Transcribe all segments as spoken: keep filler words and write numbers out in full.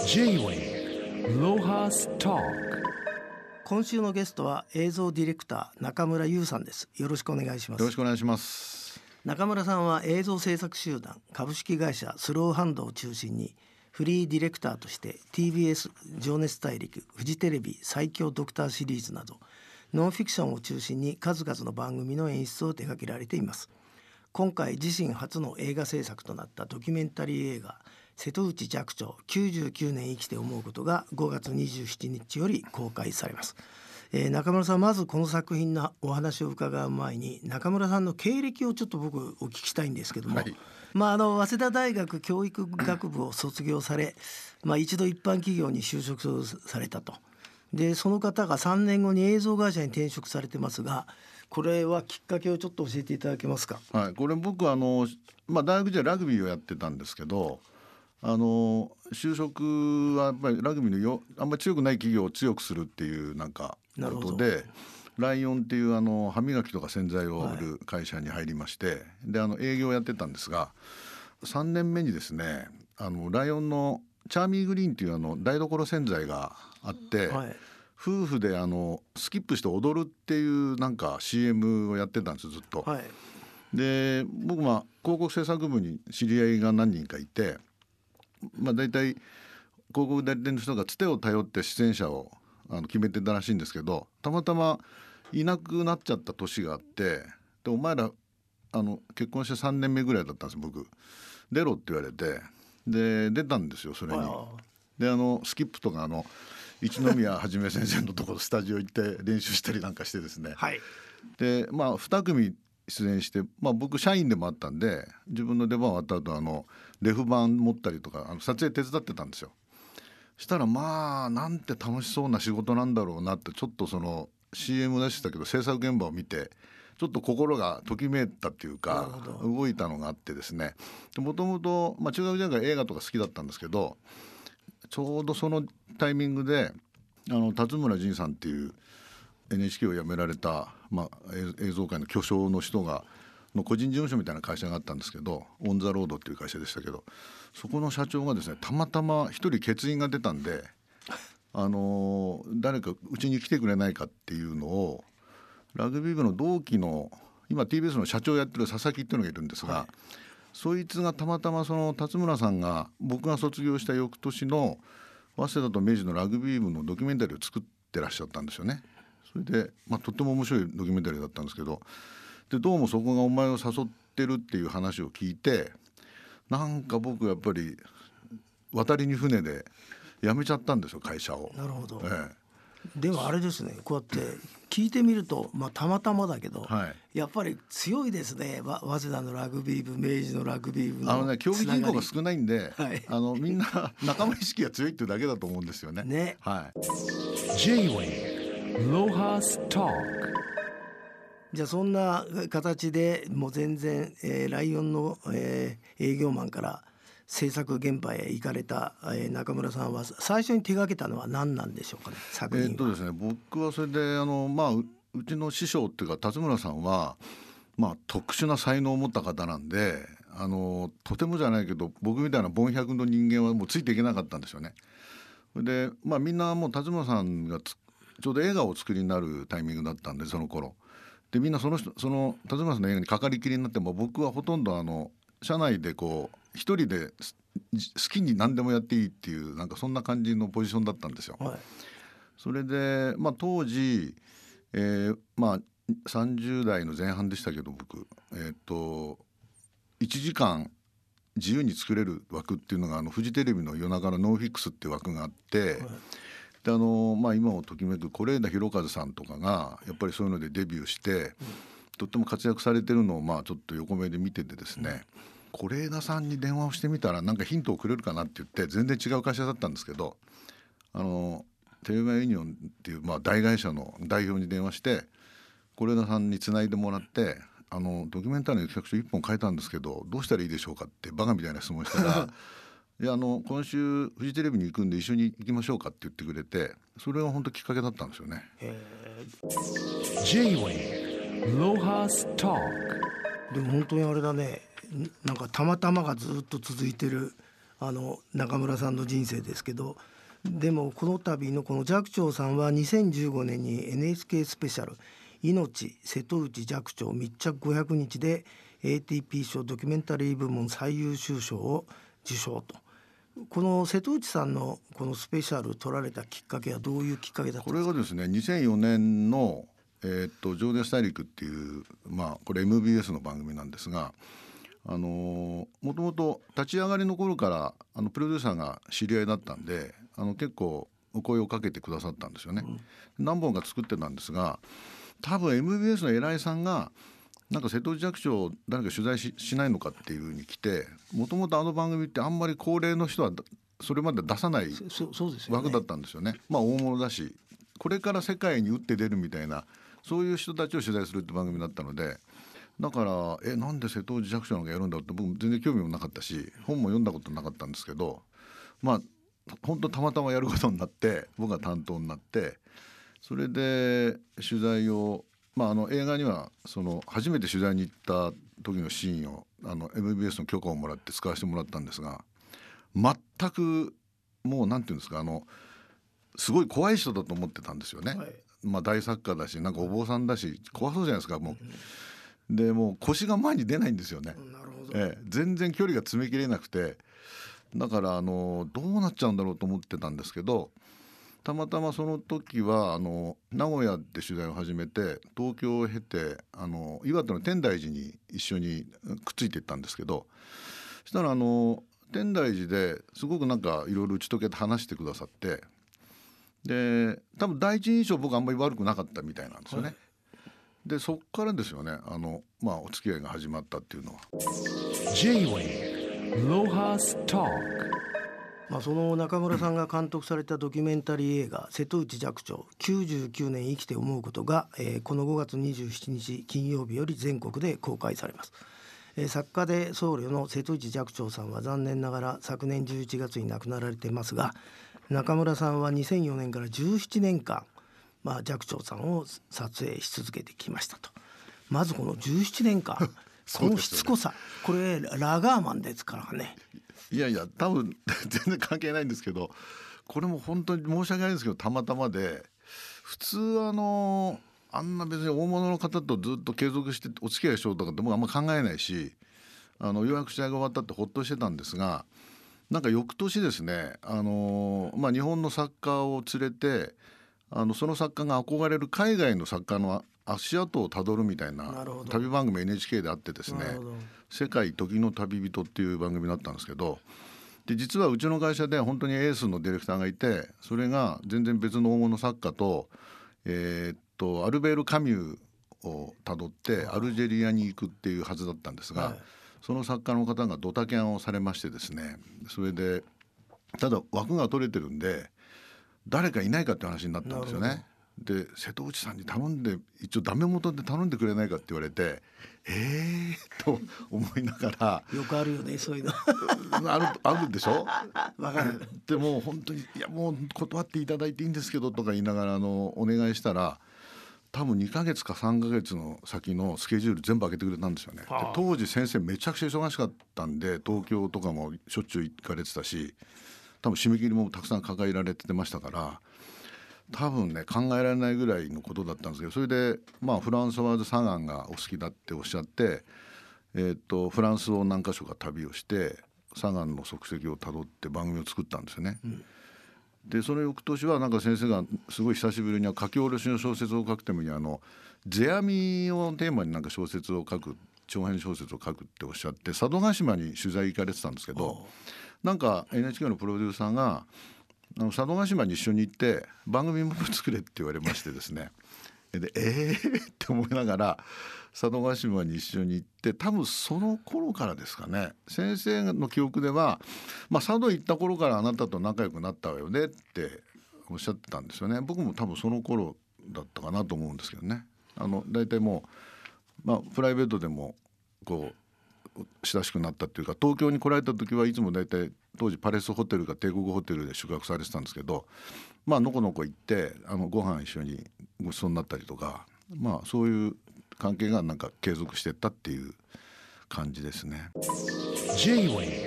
J-Wave ロハストーク。 今週のゲストは映像ディレクター中村優さんです。よろしくお願いします。 よろしくお願いします。 中村さんは映像制作集団株式会社スローハンドを中心にフリーディレクターとして ティービーエス 情熱大陸、フジテレビ最強ドクターシリーズなどノンフィクションを中心に数々の番組の演出を手掛けられています。今回自身初の映画制作となったドキュメンタリー映画瀬戸内寂聴きゅうじゅうきゅうねん生きて思うことがごがつにじゅうしちにちより公開されます。えー、中村さん、まずこの作品のお話を伺う前に中村さんの経歴をちょっと僕お聞きしたいんですけども、はい、まあ、あの早稲田大学教育学部を卒業され、まあ、一度一般企業に就職されたと。でその方がさんねんごに映像会社に転職されてますが、これはきっかけをちょっと教えていただけますか。 はい、これ僕はあの、まあ、大学時代ラグビーをやってたんですけど、あの就職はやっぱりラグビーのよあんまり強くない企業を強くするっていうなんかことで、ライオンっていうあの歯磨きとか洗剤を売る会社に入りまして、はい、であの営業をやってたんですが、さんねんめにですね、あのライオンのチャーミーグリーンっていうあの台所洗剤があって、はい、夫婦であのスキップして踊るっていうなんか シーエム をやってたんですずっと、はい、で僕は広告制作部に知り合いが何人かいて、まあ、大体広告代理店の人がつてを頼って出演者をあの決めてたらしいんですけど、たまたまいなくなっちゃった年があって、でお前らあの結婚してさんねんめぐらいだったんです僕。出ろって言われて、で出たんですよそれに。であのスキップとかあの一宮はじめ先生のところスタジオ行って練習したりなんかしてですね、はい、でまあに組出演して、まあ、僕社員でもあったんで自分の出番終わった後あのレフ板持ったりとかあの撮影手伝ってたんですよ。したらまあなんて楽しそうな仕事なんだろうなって、ちょっとその シーエム 出してたけど制作現場を見てちょっと心がときめいたっていうか動いたのがあってですね、もともと中学時代から映画とか好きだったんですけど、ちょうどそのタイミングであの辰村仁さんっていう エヌエイチケー を辞められた、まあ、映像界の巨匠の人がの個人事務所みたいな会社があったんですけど、オンザロードっていう会社でしたけど、そこの社長がですねたまたま一人欠員が出たんで、あのー、誰かうちに来てくれないかっていうのをラグビー部の同期の今 ティービーエス の社長をやってる佐々木っていうのがいるんですが、はい、そいつがたまたまその辰村さんが僕が卒業した翌年の早稲田と明治のラグビー部のドキュメンタリーを作ってらっしゃったんですよね。それで、まあ、とっても面白いドキュメンタリーだったんですけど、でどうもそこがお前を誘ってるっていう話を聞いて、なんか僕やっぱり渡りに船で辞めちゃったんですよ会社を。 なるほど、 ええ、でもあれですね、こうやって聞いてみると、まあ、たまたまだけど、はい、やっぱり強いですね。早稲田のラグビー部、明治のラグビー部のあの、ね、競技人口が少ないんで、はい、あのみんな仲間意識が強いっていうだけだと思うんですよね。 ね、 はい、 J-Wave ロハストーク。 じゃあそんな形でもう全然、えー、ライオンの、えー、営業マンから制作現場へ行かれた、えー、中村さんは最初に手がけたのは何なんでしょうかね、作品は。 えーっとですね、僕はそれであの、まあ、う, うちの師匠っていうか辰村さんは、まあ、特殊な才能を持った方なんで、あのとてもじゃないけど僕みたいな凡百の人間はもうついていけなかったんですよね。で、まあ、みんなもう辰村さんがちょうど映画をお作りになるタイミングだったんで、その頃でみんなその人その辰村さんの映画にかかりきりになっても、僕はほとんどあの社内でこう一人で好きに何でもやっていいっていうなんかそんな感じのポジションだったんですよ。はい、それで、まあ、当時、えーまあ、さんじゅう代の前半でしたけど僕、えー、といちじかん自由に作れる枠っていうのがあのフジテレビの夜中のノンフィックスっていう枠があって、はい、であのまあ、今をときめく是枝裕和さんとかがやっぱりそういうのでデビューして、うん、とっても活躍されてるのをまあちょっと横目で見ててですね、是、うん、枝さんに電話をしてみたらなんかヒントをくれるかなって言って全然違う会社だったんですけど、あのテレビユニオンっていうまあ大会社の代表に電話して是枝さんにつないでもらって、あのドキュメンタリーの企画書いっぽん書いたんですけどどうしたらいいでしょうかってバカみたいな質問したらいやあの今週フジテレビに行くんで一緒に行きましょうかって言ってくれて、それが本当きっかけだったんですよね。 J-Wave ロハストーク。 でも本当にあれだね、なんかたまたまがずっと続いてるあの中村さんの人生ですけど、でもこの度のこの寂聴さんはにせんじゅうごねんに エヌエイチケー スペシャル命瀬戸内寂聴密着ごひゃくにちで エーティーピー 賞ドキュメンタリー部門最優秀賞を受賞と。この瀬戸内さんのこのスペシャル取られたきっかけはどういうきっかけだったんですか？ これがですねにせんよねんの、えー、っと情熱大陸っていう、まあ、これ エムビーエス の番組なんですが、あのもともと立ち上がりの頃からあのプロデューサーが知り合いだったんで、あの結構お声をかけてくださったんですよね、うん、何本か作ってたんですが、多分 エムビーエス の偉いさんがなんか瀬戸内寂聴を誰か取材 し, しないのかっていう風に来て、もともとあの番組ってあんまり高齢の人はそれまで出さない枠だったんですよね。まあ大物だし、これから世界に打って出るみたいなそういう人たちを取材するって番組だったので、だからえなんで瀬戸内寂聴なんかやるんだろうって僕全然興味もなかったし、本も読んだことなかったんですけど、まあ本当たまたまやることになって僕が担当になって、それで取材を、まあ、あの映画にはその初めて取材に行った時のシーンをあの エムビーエス の許可をもらって使わせてもらったんですが、全くもうなんていうんですか、あのすごい怖い人だと思ってたんですよね、はい、まあ、大作家だしなんかお坊さんだし怖そうじゃないですかもう、うん、でもう腰が前に出ないんですよね、 なるほど、 ええ、全然距離が詰めきれなくて、だからあのどうなっちゃうんだろうと思ってたんですけど、たまたまその時はあの名古屋で取材を始めて東京を経てあの岩手の天台寺に一緒にくっついていったんですけど、そしたらあの天台寺ですごくなんかいろいろ打ち解けて話してくださって、で多分第一印象僕あんまり悪くなかったみたいなんですよね、はい、でそっからですよね、あの、まあ、お付き合いが始まったっていうのは。 J-Wave ロハストーク。 まあ、その中村さんが監督されたドキュメンタリー映画瀬戸内寂聴きゅうじゅうきゅうねん生きて思うことが、えー、このごがつにじゅうしちにち金曜日より全国で公開されます。えー、作家で僧侶の瀬戸内寂聴さんは残念ながら昨年じゅういちがつに亡くなられていますが、中村さんはにせんよねんからじゅうななねんかん、まあ、寂聴さんを撮影し続けてきましたと。まずこのじゅうななねんかんこのしつこさ、これラガーマンですからね。 いやいや多分全然関係ないんですけど、これも本当に申し訳ないんですけどたまたまで、普通あのあんな別に大物の方とずっと継続してお付き合いしようとかって僕あんま考えないし、あのようやく試合が終わったってほっとしてたんですが、なんか翌年ですね、あの、まあ、日本の作家を連れてあのその作家が憧れる海外の作家の足跡をたどるみたいな旅番組 エヌエイチケー であってですね、世界時の旅人っていう番組だったんですけど、で実はうちの会社で本当にエースのディレクターがいて、それが全然別の大物作家と、えー、っとアルベール・カミューをたどってアルジェリアに行くっていうはずだったんですが、はい、その作家の方がドタキャンをされましてですね、それでただ枠が取れてるんで誰かいないかって話になったんですよね。で瀬戸内さんに頼んで一応ダメ元で頼んでくれないかって言われて、えーと思いながらよくあるよねそういうのあるあるでしょわかる。 でも本当にいやもう断っていただいていいんですけどとか言いながらあのお願いしたら、多分にかげつかさんかげつの先のスケジュール全部開けてくれたんですよね。で当時先生めちゃくちゃ忙しかったんで東京とかもしょっちゅう行かれてたし、多分締め切りもたくさん抱えられてましたから、多分ね考えられないぐらいのことだったんですけど、それでまあフランソワーズ・サガンがお好きだっておっしゃって、えー、とフランスを何か所か旅をしてサガンの足跡をたどって番組を作ったんですよね、うん、でその翌年はなんか先生がすごい久しぶりに書き下ろしの小説を書くためにあの世阿弥をテーマになんか小説を書く長編小説を書くっておっしゃって佐渡島に取材行かれてたんですけど、なんか エヌエイチケー のプロデューサーがあの佐渡島に一緒に行って番組も作れって言われましてですねでえーって思いながら佐渡島に一緒に行って、多分その頃からですかね、先生の記憶では、まあ、佐渡行った頃からあなたと仲良くなったわよねっておっしゃってたんですよね。僕も多分その頃だったかなと思うんですけどね。あの大体もう、まあ、プライベートでもこう親しくなったっていうか、東京に来られた時はいつも大体当時パレスホテルか帝国ホテルで宿泊されてたんですけど、まあのこのこ行ってあのご飯一緒にごちそうになったりとか、まあそういう関係がなんか継続してったっていう感じですね。 J-Wave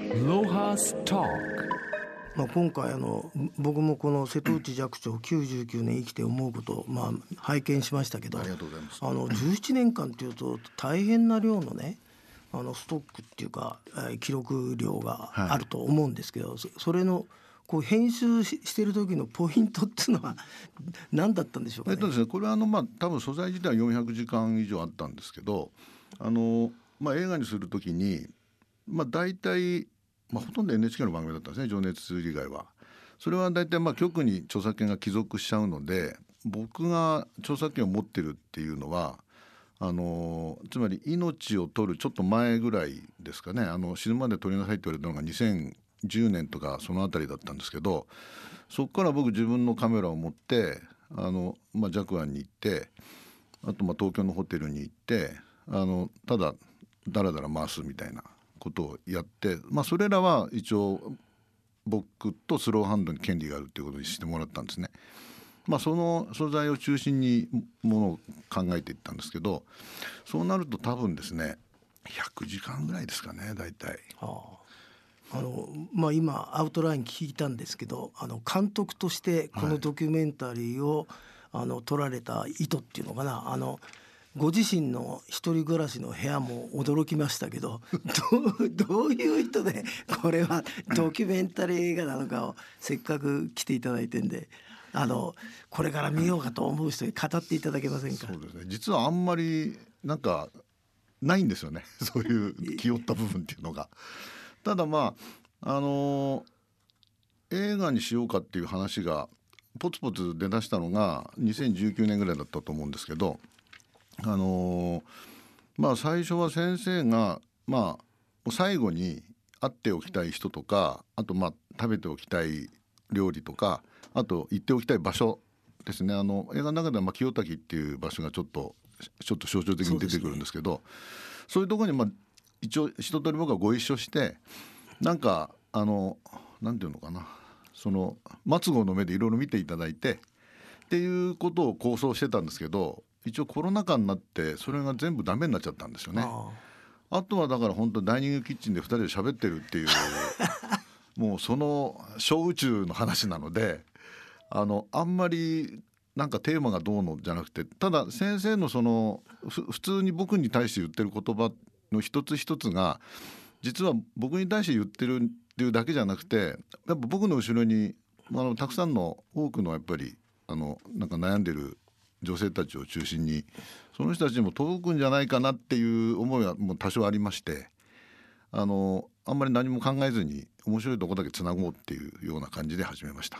Lohas Talk. まあ、今回あの僕もこの瀬戸内寂聴きゅうじゅうきゅうねん生きて思うことをまあ拝見しましたけど、 ありがとうございます。 あのじゅうななねんかんっていうと大変な量のねあのストックっていうか、えー記録量があると思うんですけど、そそれのこう編集ししてる時のポイントっていうのは何だったんでしょうかね。 えっとですね、これはあの、まあ、多分素材自体はよんひゃくじかん以上あったんですけど、あの、まあ、映画にするときに、まあ、大体、まあ、ほとんど エヌエイチケー の番組だったんですね、情熱以外は。それは大体まあ局に著作権が帰属しちゃうので、僕が著作権を持ってるっていうのはあのつまり命を取るちょっと前ぐらいですかね。あの死ぬまで取りなさいって言われたのがにせんじゅうねんとかそのあたりだったんですけど、そこから僕自分のカメラを持ってあの、まあ、ジャクアンに行って、あとまあ東京のホテルに行ってあのただだらだら回すみたいなことをやって、まあ、それらは一応僕とスローハンドに権利があるっていうことにしてもらったんですね。まあ、その素材を中心にものを考えていったんですけど、そうなると多分ですねひゃくじかんぐらいですかね大体。 はああのまあ、今アウトライン聞いたんですけど、あの監督としてこのドキュメンタリーを、はい、あの撮られた意図っていうのかな、あのご自身の一人暮らしの部屋も驚きましたけどど, どういう意図でこれはドキュメンタリー映画なのかをせっかく来ていただいてんで、あのこれから見ようかと思う人に語っていただけませんか。 そうですね、実はあんまりなんかないんですよねそういう気負った部分っていうのが。ただまああのー、映画にしようかっていう話がポツポツ出だしたのがにせんじゅうきゅうねんぐらいだったと思うんですけど、あのー、まあ最初は先生がまあ最後に会っておきたい人とか、あとまあ食べておきたい料理とか、あと行っておきたい場所ですね。あの映画の中ではまあ清滝っていう場所がちょっとちょっと象徴的に出てくるんですけど、そういうところにまあ一応一通り僕はご一緒して、なんかあのなんていうのかな、その末号の目でいろいろ見ていただいてっていうことを構想してたんですけど、一応コロナ禍になってそれが全部ダメになっちゃったんですよね。あ, あとはだから本当ダイニングキッチンでふたりで喋ってるっていうもうその小宇宙の話なので、あのあんまりなんかテーマがどうのじゃなくて、ただ先生のその普通に僕に対して言ってる言葉の一つ一つが実は僕に対して言ってるっていうだけじゃなくて、やっぱ僕の後ろにあのたくさんの多くのやっぱりあのなんか悩んでる女性たちを中心にその人たちにも届くんじゃないかなっていう思いはもう多少ありまして、あのあんまり何も考えずに面白いとこだけつなごうっていうような感じで始めました。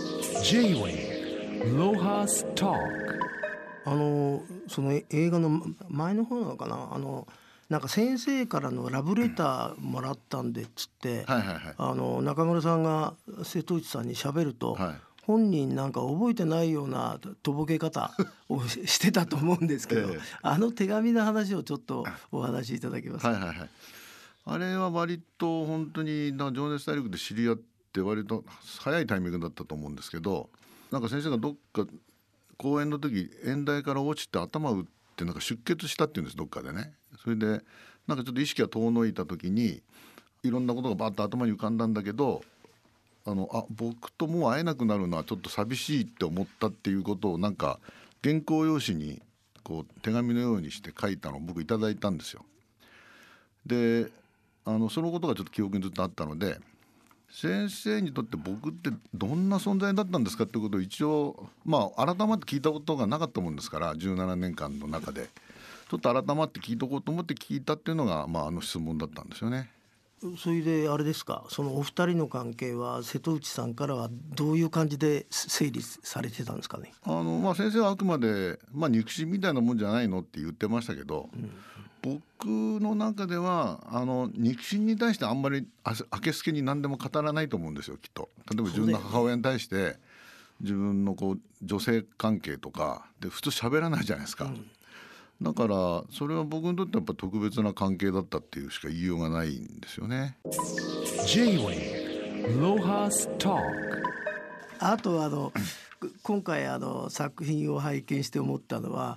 J-Wave Lohas Talk。 あのその映画の前の方なのかな、あのなんか先生からのラブレターもらったんでっつって、 はいはいはい、 あの中村さんが瀬戸内さんに喋ると、はい、本人なんか覚えてないようなとぼけ方をしてたと思うんですけど、ええ、あの手紙の話をちょっとお話しいただけますか。 はいはいはい、あれは割と本当に情熱大陸で知り合って割と早いタイミングだったと思うんですけど、なんか先生がどっか講演の時演台から落ちて頭を打ってなんか出血したっていうんです、どっかでね。それでなんかちょっと意識が遠のいた時にいろんなことがバッと頭に浮かんだんだけど、あのあ僕ともう会えなくなるのはちょっと寂しいって思ったっていうことをなんか原稿用紙にこう手紙のようにして書いたのを僕いただいたんですよ。であのそのことがちょっと記憶にずっとあったので、先生にとって僕ってどんな存在だったんですかってことを一応まあ改まって聞いたことがなかったもんですから、じゅうななねんかんの中でちょっと改まって聞いとこうと思って聞いたっていうのが、まあ、あの質問だったんですよね。 それであれですか、そのお二人の関係は瀬戸内さんからはどういう感じで整理されてたんですかね。 あの、まあ、先生はあくまで、まあ、肉親みたいなもんじゃないのって言ってましたけど、うん僕の中ではあの肉親に対してあんまりあけすけに何でも語らないと思うんですよ、きっと。例えば自分の母親に対して自分のこう女性関係とかで普通喋らないじゃないですか、うん、だからそれは僕にとってやっぱ特別な関係だったっていうしか言いようがないんですよね。 J-Wave Lohas Talk。 あとあの今回あの作品を拝見して思ったのは、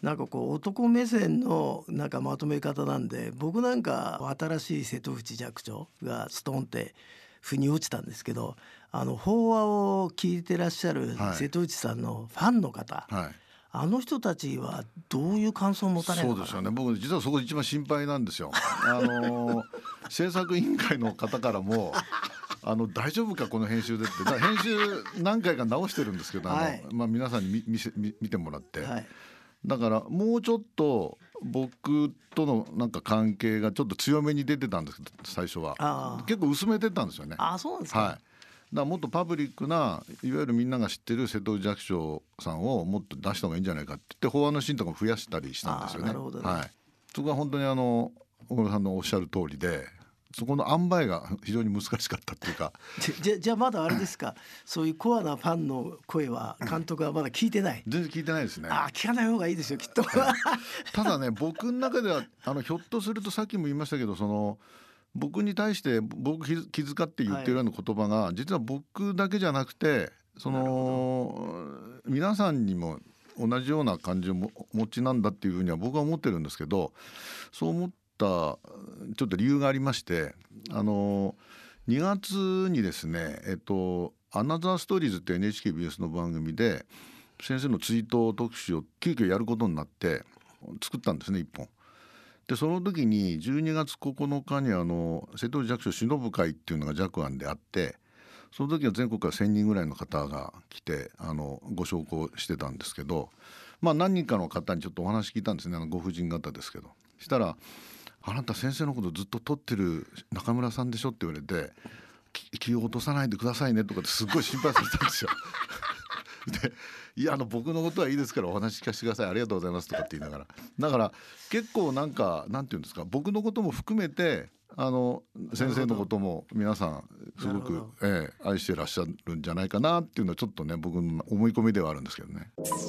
なんかこう男目線のなんかまとめ方なんで、僕なんか新しい瀬戸内寂聴がストンって腑に落ちたんですけど、あの法話を聞いてらっしゃる瀬戸内さんのファンの方、 はい、 あの人たちはどういう感想を持たれるのかな。 そうですよね。僕実はそこ一番心配なんですよ。あの制作委員会の方からもあの大丈夫かこの編集でって、だから編集何回か直してるんですけど、 はい、 あのまあ、皆さんに見見せ見見てもらって、 はい、 だからもうちょっと僕とのなんか関係がちょっと強めに出てたんですけど、最初はあ結構薄めてたんですよね。 あ、そうなんですか。 はい、だからもっとパブリックないわゆるみんなが知ってる瀬戸内寂聴さんをもっと出した方がいいんじゃないかって言って法案の審とかも増やしたりしたんですよね。 なるほどね。 はい、そこは本当にあの小室さんのおっしゃる通りで、そこの塩梅が非常に難しかったっていうか。 じゃじゃあまだあれですか、そういうコアなファンの声は監督はまだ聞いてない。 全然聞いてないですね。 ああ、聞かない方がいいですよきっと。 ただね、僕の中ではあのひょっとするとさっきも言いましたけど、その僕に対して僕気気遣って言ってるような言葉が、実は僕だけじゃなくて、その皆さんにも同じような感じをお持ちなんだっていうふうには僕は思ってるんですけど、そう思ったちょっと理由がありまして、あのにがつにですね、えっとアナザーストーリーズって エヌエイチケービーエス の番組で先生の追悼特集を急遽やることになって作ったんですね、いっぽんで。その時にじゅうにがつここのかにあの瀬戸内寂聴偲ぶ会っていうのが寂庵であって、その時は全国からせんにんぐらいの方が来てあのご焼香してたんですけど、まあ何人かの方にちょっとお話聞いたんですね、あのご婦人方ですけど。したら、あなた先生のことずっと撮ってる中村さんでしょって言われて、気を落とさないでくださいねとかってすっごい心配されたんですよ。で、いやあの僕のことはいいですからお話聞かせてください、ありがとうございますとかって言いながら、だから結構なんかなんていうんですか、僕のことも含めてあの先生のことも皆さんすごく、ええ、愛してらっしゃるんじゃないかなっていうのはちょっとね、僕の思い込みではあるんですけどね。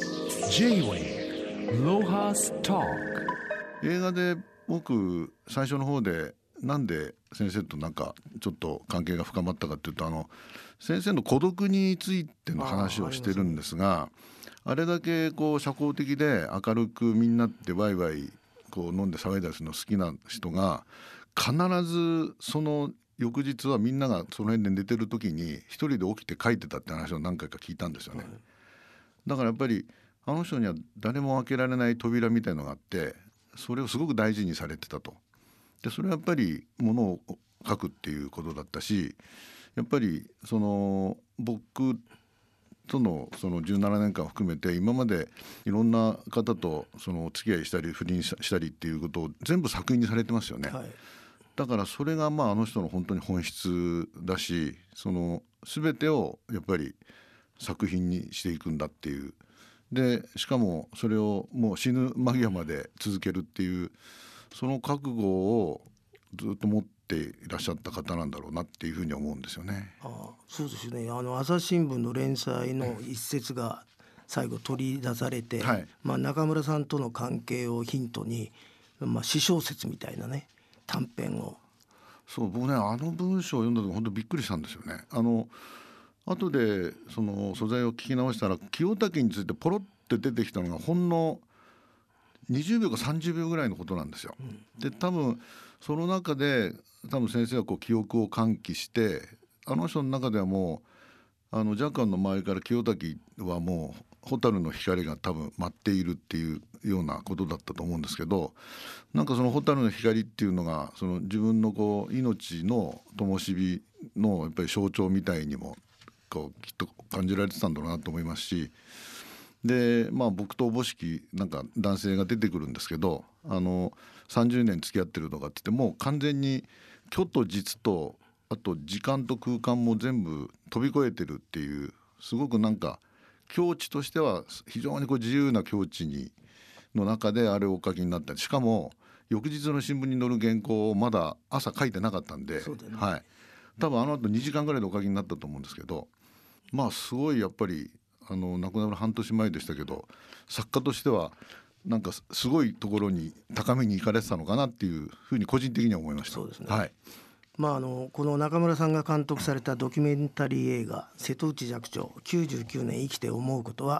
J-Wave ロハストーク。 映画で僕最初の方でなんで先生となんかちょっと関係が深まったかっていうと、あの先生の孤独についての話をしてるんですが、 あ, あれだけこう社交的で明るくみんなってワイワイこう飲んで騒いだりするの好きな人が、必ずその翌日はみんながその辺で寝てる時に一人で起きて書いてたって話を何回か聞いたんですよね。だからやっぱりあの人には誰も開けられない扉みたいのがあって、それをすごく大事にされてたと。でそれはやっぱりものを書くっていうことだったし、やっぱりその僕とのそのじゅうななねんかん含めて今までいろんな方とそのお付き合いしたり不倫したりっていうことを全部作品にされてますよね。はい、だからそれがまああの人の本当に本質だし、その全てをやっぱり作品にしていくんだっていう、でしかもそれをもう死ぬ間際まで続けるっていう、その覚悟をずっと持っていらっしゃった方なんだろうなっていうふうに思うんですよね。 ああ、そうですね。あの朝日新聞の連載の一節が最後取り出されて、はい、まあ、中村さんとの関係をヒントに、まあ、詩小説みたいなね短編を。 そう、僕ねあの文章を読んだ時本当びっくりしたんですよね。あの後でその素材を聞き直したら、清滝についてポロって出てきたのがほんのにじゅうびょうかさんじゅうびょうぐらいのことなんですよ。で多分その中で多分先生はこう記憶を喚起して、あの人の中ではもうあの寂庵の周りから清滝はもう蛍の光が多分舞っているっていうようなことだったと思うんですけど、なんかその蛍の光っていうのがその自分のこう命の灯火のやっぱり象徴みたいにもこうきっと感じられてたんだろうなと思いますし、でまあ僕とおぼしきなんか男性が出てくるんですけど、あのさんじゅうねん付き合ってるとかって言ってもう完全に虚と実とあと時間と空間も全部飛び越えてるっていう、すごくなんか境地としては非常にこう自由な境地にの中であれをお書きになったり、しかも翌日の新聞に載る原稿をまだ朝書いてなかったんで、そうだよね、はい、多分あの後にじかんぐらいでお書きになったと思うんですけど、まあすごいやっぱりあの亡くなる半年前でしたけど、作家としてはなんかすごいところに高めに行かれてたのかなっていうふうに個人的には思いました。 そうですね、 はい。 まあ、あのこの中村さんが監督されたドキュメンタリー映画瀬戸内寂聴きゅうじゅうきゅうねん生きて思うことは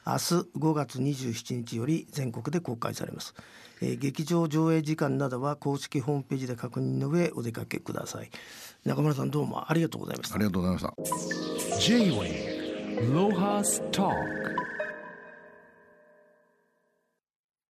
明日ごがつにじゅうしちにちより全国で公開されます。えー、劇場上映時間などは公式ホームページで確認の上お出かけください。中村さん、どうもありがとうございました。 ありがとうございました。 J-Wave Lohas Talk